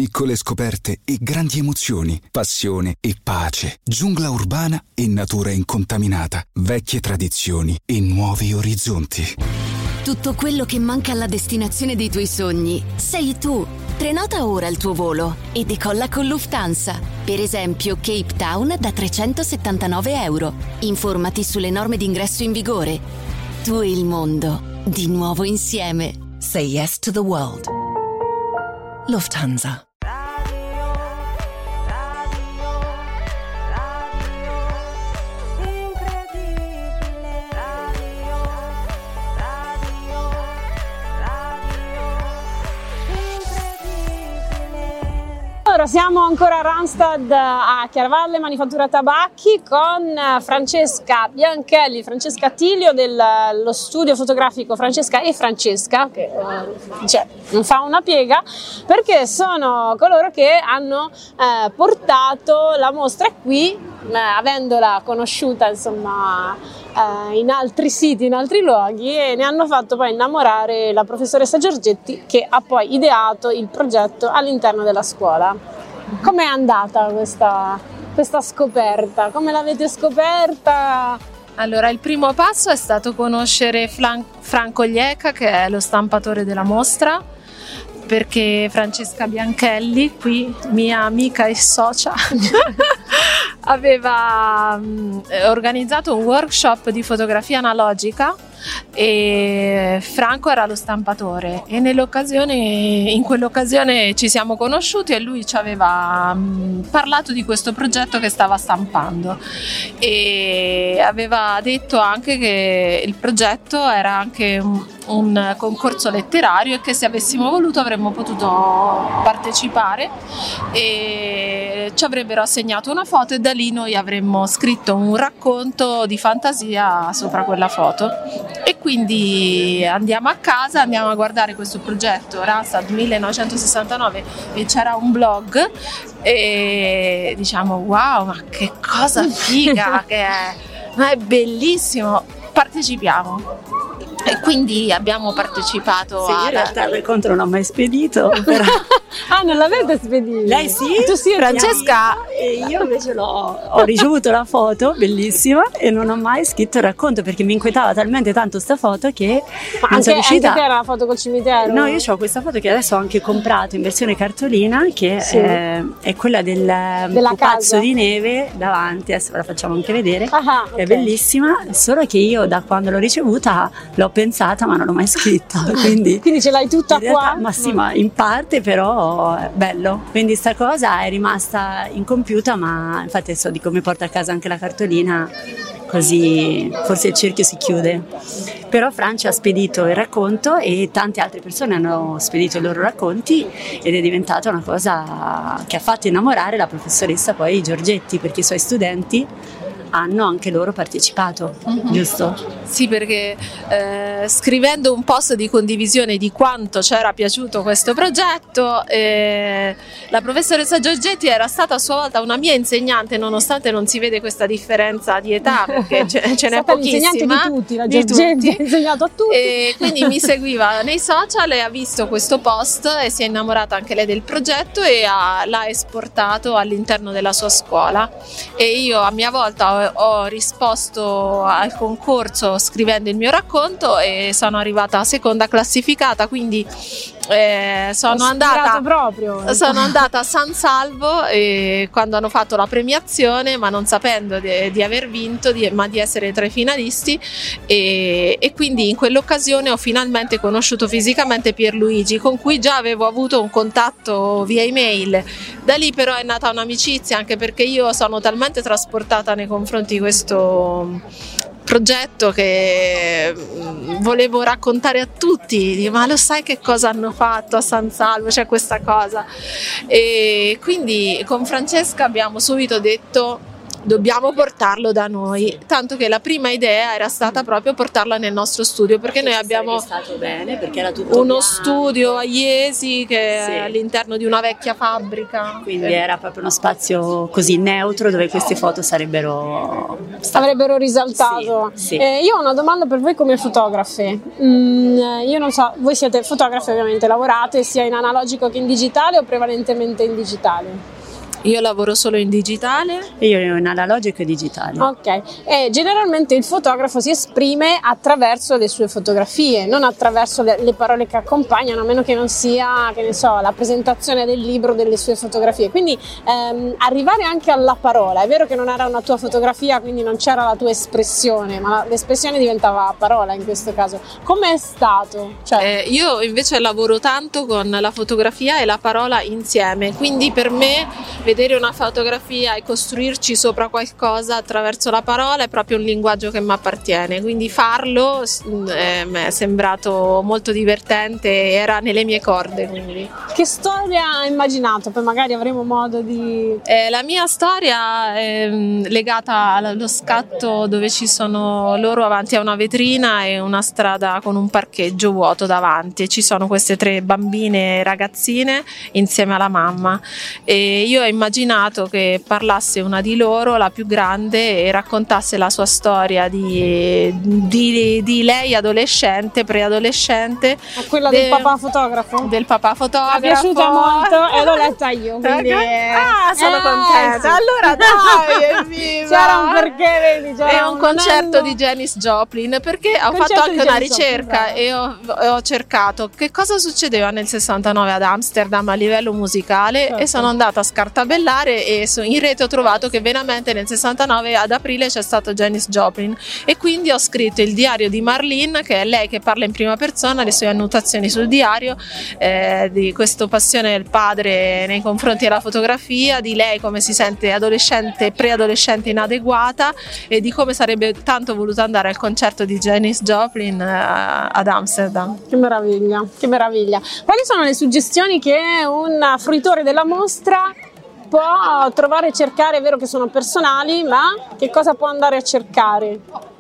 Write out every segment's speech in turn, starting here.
piccole scoperte e grandi emozioni, passione e pace, giungla urbana e natura incontaminata, vecchie tradizioni e nuovi orizzonti. Tutto quello che manca alla destinazione dei tuoi sogni sei tu. Prenota ora il tuo volo e decolla con Lufthansa. Per esempio Cape Town da €379. Informati sulle norme d'ingresso in vigore. Tu e il mondo, di nuovo insieme. Say yes to the world. Lufthansa. Allora, siamo ancora a Randstad a Chiaravalle, Manifattura Tabacchi, con Francesca Bianchelli, Francesca Tilio dello studio fotografico Francesca e Francesca, che non fa una piega, perché sono coloro che hanno portato la mostra qui, avendola conosciuta insomma in altri siti, in altri luoghi, e ne hanno fatto poi innamorare la professoressa Giorgetti, che ha poi ideato il progetto all'interno della scuola. Com'è andata questa scoperta? Come l'avete scoperta? Allora, il primo passo è stato conoscere Franco Glieca, che è lo stampatore della mostra, perché Francesca Bianchelli, qui mia amica e socia, aveva organizzato un workshop di fotografia analogica e Franco era lo stampatore, e in quell'occasione ci siamo conosciuti e lui ci aveva parlato di questo progetto che stava stampando, e aveva detto anche che il progetto era anche un concorso letterario e che se avessimo voluto avremmo potuto partecipare, e ci avrebbero assegnato una foto e da lì noi avremmo scritto un racconto di fantasia sopra quella foto. E quindi andiamo a casa, andiamo a guardare questo progetto Randstad 1969 e c'era un blog e diciamo wow, ma che cosa figa che è, ma è bellissimo, partecipiamo. E quindi abbiamo partecipato. Sì, in realtà il racconto non l'ho mai spedito, però... Ah, non l'avete spedito? Lei sì? Tu sì, Francesca? E io invece ho ricevuto la foto, bellissima, e non ho mai scritto il racconto perché mi inquietava talmente tanto sta foto che non sono riuscita. Anche te era la foto col cimitero? No, io ho questa foto che adesso ho anche comprato in versione cartolina, che sì, è quella del pupazzo di neve davanti, adesso ve la facciamo anche vedere. Ah, okay. È bellissima, solo che io da quando l'ho ricevuta l'ho pensata ma non l'ho mai scritta, quindi ce l'hai tutta qua? Ma sì, ma in parte, però è bello, quindi sta cosa è rimasta incompiuta, ma infatti adesso dico mi porto a casa anche la cartolina, così forse il cerchio si chiude. Però Francia ha spedito il racconto e tante altre persone hanno spedito i loro racconti ed è diventata una cosa che ha fatto innamorare la professoressa poi Giorgetti, perché i suoi studenti hanno anche loro partecipato, giusto? Sì, perché scrivendo un post di condivisione di quanto c'era piaciuto questo progetto, la professoressa Giorgetti era stata a sua volta una mia insegnante, nonostante non si vede questa differenza di età, perché ce n'è pochissima. L'insegnante di tutti, la Giorgetti ha insegnato a tutti. E quindi mi seguiva nei social e ha visto questo post e si è innamorata anche lei del progetto e l'ha esportato all'interno della sua scuola, e io a mia volta ho risposto al concorso scrivendo il mio racconto e sono arrivata seconda classificata, quindi sono andata a San Salvo quando hanno fatto la premiazione, ma non sapendo di aver vinto, ma di essere tra i finalisti, e quindi in quell'occasione ho finalmente conosciuto fisicamente Pierluigi, con cui già avevo avuto un contatto via email. Da lì però è nata un'amicizia, anche perché io sono talmente trasportata nei confronti di questo progetto che volevo raccontare a tutti, ma lo sai che cosa hanno fatto a San Salvo, c'è questa cosa, e quindi con Francesca abbiamo subito detto dobbiamo portarlo da noi, tanto che la prima idea era stata proprio portarla nel nostro studio, perché noi abbiamo stato bene, perché era tutto uno studio a Iesi che sì, è all'interno di una vecchia fabbrica, quindi era proprio uno spazio così neutro dove queste foto avrebbero risaltato. Sì. Io ho una domanda per voi come fotografe. Io non so, voi siete fotografe, ovviamente lavorate sia in analogico che in digitale o prevalentemente in digitale? Io lavoro solo in digitale. Io in analogico e digitale. Ok, e generalmente il fotografo si esprime attraverso le sue fotografie, non attraverso le parole che accompagnano, a meno che non sia, che ne so, la presentazione del libro delle sue fotografie. Quindi arrivare anche alla parola, è vero che non era una tua fotografia, quindi non c'era la tua espressione, ma l'espressione diventava parola in questo caso. Com'è stato? Io invece lavoro tanto con la fotografia e la parola insieme, quindi per me vedere una fotografia e costruirci sopra qualcosa attraverso la parola è proprio un linguaggio che mi appartiene, quindi farlo mi è sembrato molto divertente e era nelle mie corde. Quindi. Che storia hai immaginato? Poi magari avremo modo di... La mia storia è legata allo scatto dove ci sono loro avanti a una vetrina e una strada con un parcheggio vuoto davanti e ci sono queste 3 bambine ragazzine insieme alla mamma, e io ho immaginato che parlasse una di loro, la più grande, e raccontasse la sua storia di lei adolescente, preadolescente. Quella del papà fotografo? Del papà fotografo. Mi è piaciuta molto e l'ho letta io, quindi... sono contenta. Sì. Allora dai, evviva! C'era un perché, vedi, è un concerto di Janis Joplin, perché ho fatto anche una ricerca e ho cercato che cosa succedeva nel 69 ad Amsterdam a livello musicale, certo. E sono andata a scartabellare e in rete ho trovato che veramente nel 69 ad aprile c'è stato Janis Joplin, e quindi ho scritto il diario di Marlene, che è lei che parla in prima persona, le sue annotazioni sul diario, di questa passione del padre nei confronti della fotografia, di lei come si sente adolescente, preadolescente inadeguata, e di come sarebbe tanto voluto andare al concerto di Janis Joplin ad Amsterdam. Che meraviglia, che meraviglia. Quali sono le suggestioni che un fruitore della mostra può trovare e cercare? È vero che sono personali, ma che cosa può andare a cercare?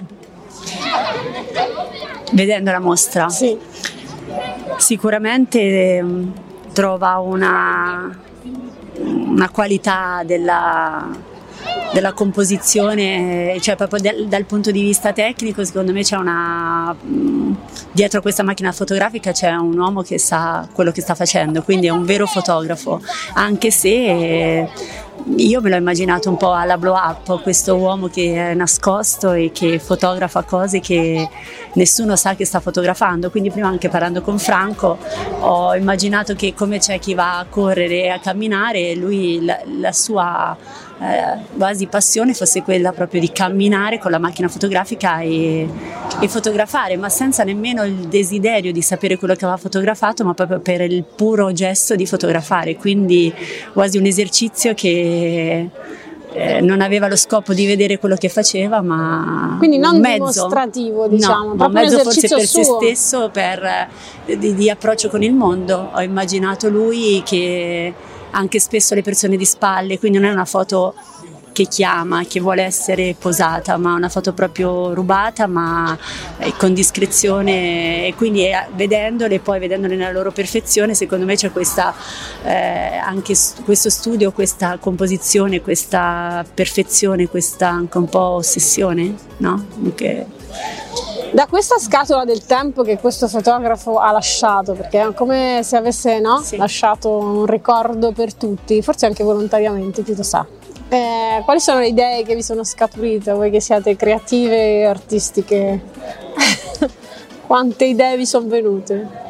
Vedendo la mostra? Sì. Sicuramente trova una qualità della composizione, cioè proprio dal punto di vista tecnico. Secondo me dietro a questa macchina fotografica c'è un uomo che sa quello che sta facendo, quindi è un vero fotografo, anche se io me l'ho immaginato un po' alla Blow Up, questo uomo che è nascosto e che fotografa cose che nessuno sa che sta fotografando. Quindi prima, anche parlando con Franco, ho immaginato che come c'è chi va a correre e a camminare, lui la sua quasi passione fosse quella proprio di camminare con la macchina fotografica e fotografare, ma senza nemmeno il desiderio di sapere quello che aveva fotografato, ma proprio per il puro gesto di fotografare. Quindi quasi un esercizio che non aveva lo scopo di vedere quello che faceva, ma quindi non un mezzo dimostrativo, diciamo, ma un mezzo forse per suo. se stesso, di approccio con il mondo. Ho immaginato lui che anche spesso le persone di spalle, quindi non è una foto che chiama, che vuole essere posata, ma una foto proprio rubata, ma con discrezione, e quindi vedendole nella loro perfezione, secondo me c'è questa anche questo studio, questa composizione, questa perfezione, questa anche un po' ossessione, no? Da questa scatola del tempo che questo fotografo ha lasciato, perché è come se avesse sì, lasciato un ricordo per tutti, forse anche volontariamente, chi lo sa. Quali sono le idee che vi sono scaturite, voi che siete creative e artistiche? Quante idee vi sono venute?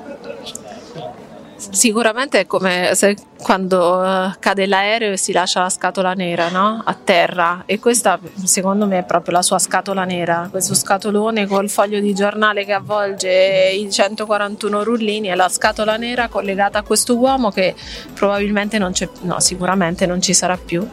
Sicuramente è come quando cade l'aereo e si lascia la scatola nera, no? A terra, e questa secondo me è proprio la sua scatola nera, questo scatolone col foglio di giornale che avvolge i 141 rullini, è la scatola nera collegata a questo uomo che probabilmente sicuramente non ci sarà più.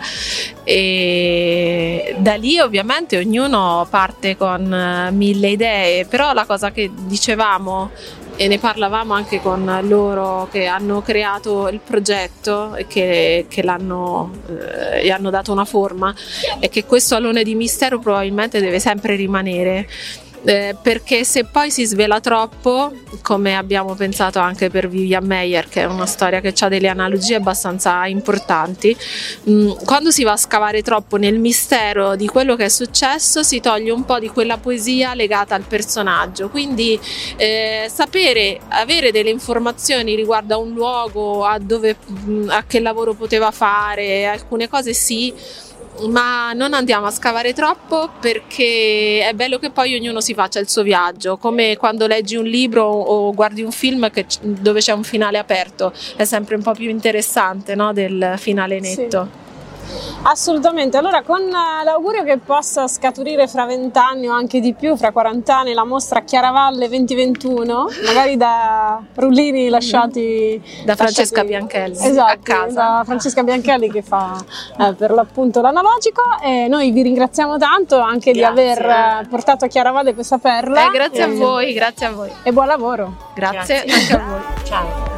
E da lì ovviamente ognuno parte con 1000 idee, però la cosa che dicevamo e ne parlavamo anche con loro che hanno creato il progetto e che gli hanno dato una forma, è che questo alone di mistero probabilmente deve sempre rimanere. Perché se poi si svela troppo, come abbiamo pensato anche per Vivian Maier, che è una storia che ha delle analogie abbastanza importanti, quando si va a scavare troppo nel mistero di quello che è successo si toglie un po' di quella poesia legata al personaggio. Quindi avere delle informazioni riguardo a un luogo, a che lavoro poteva fare, alcune cose sì, ma non andiamo a scavare troppo, perché è bello che poi ognuno si faccia il suo viaggio, come quando leggi un libro o guardi un film dove c'è un finale aperto, è sempre un po' più interessante, no, del finale netto. Sì. Assolutamente, allora con l'augurio che possa scaturire fra 20 anni o anche di più, fra 40 anni, la mostra Chiaravalle 2021, magari da rullini lasciati da Francesca Bianchelli, esatto, a casa. Da Francesca Bianchelli che fa per l'appunto l'analogico, e noi vi ringraziamo tanto anche di aver portato a Chiaravalle questa perla. Grazie a voi, e buon lavoro. Grazie anche a voi. Ciao.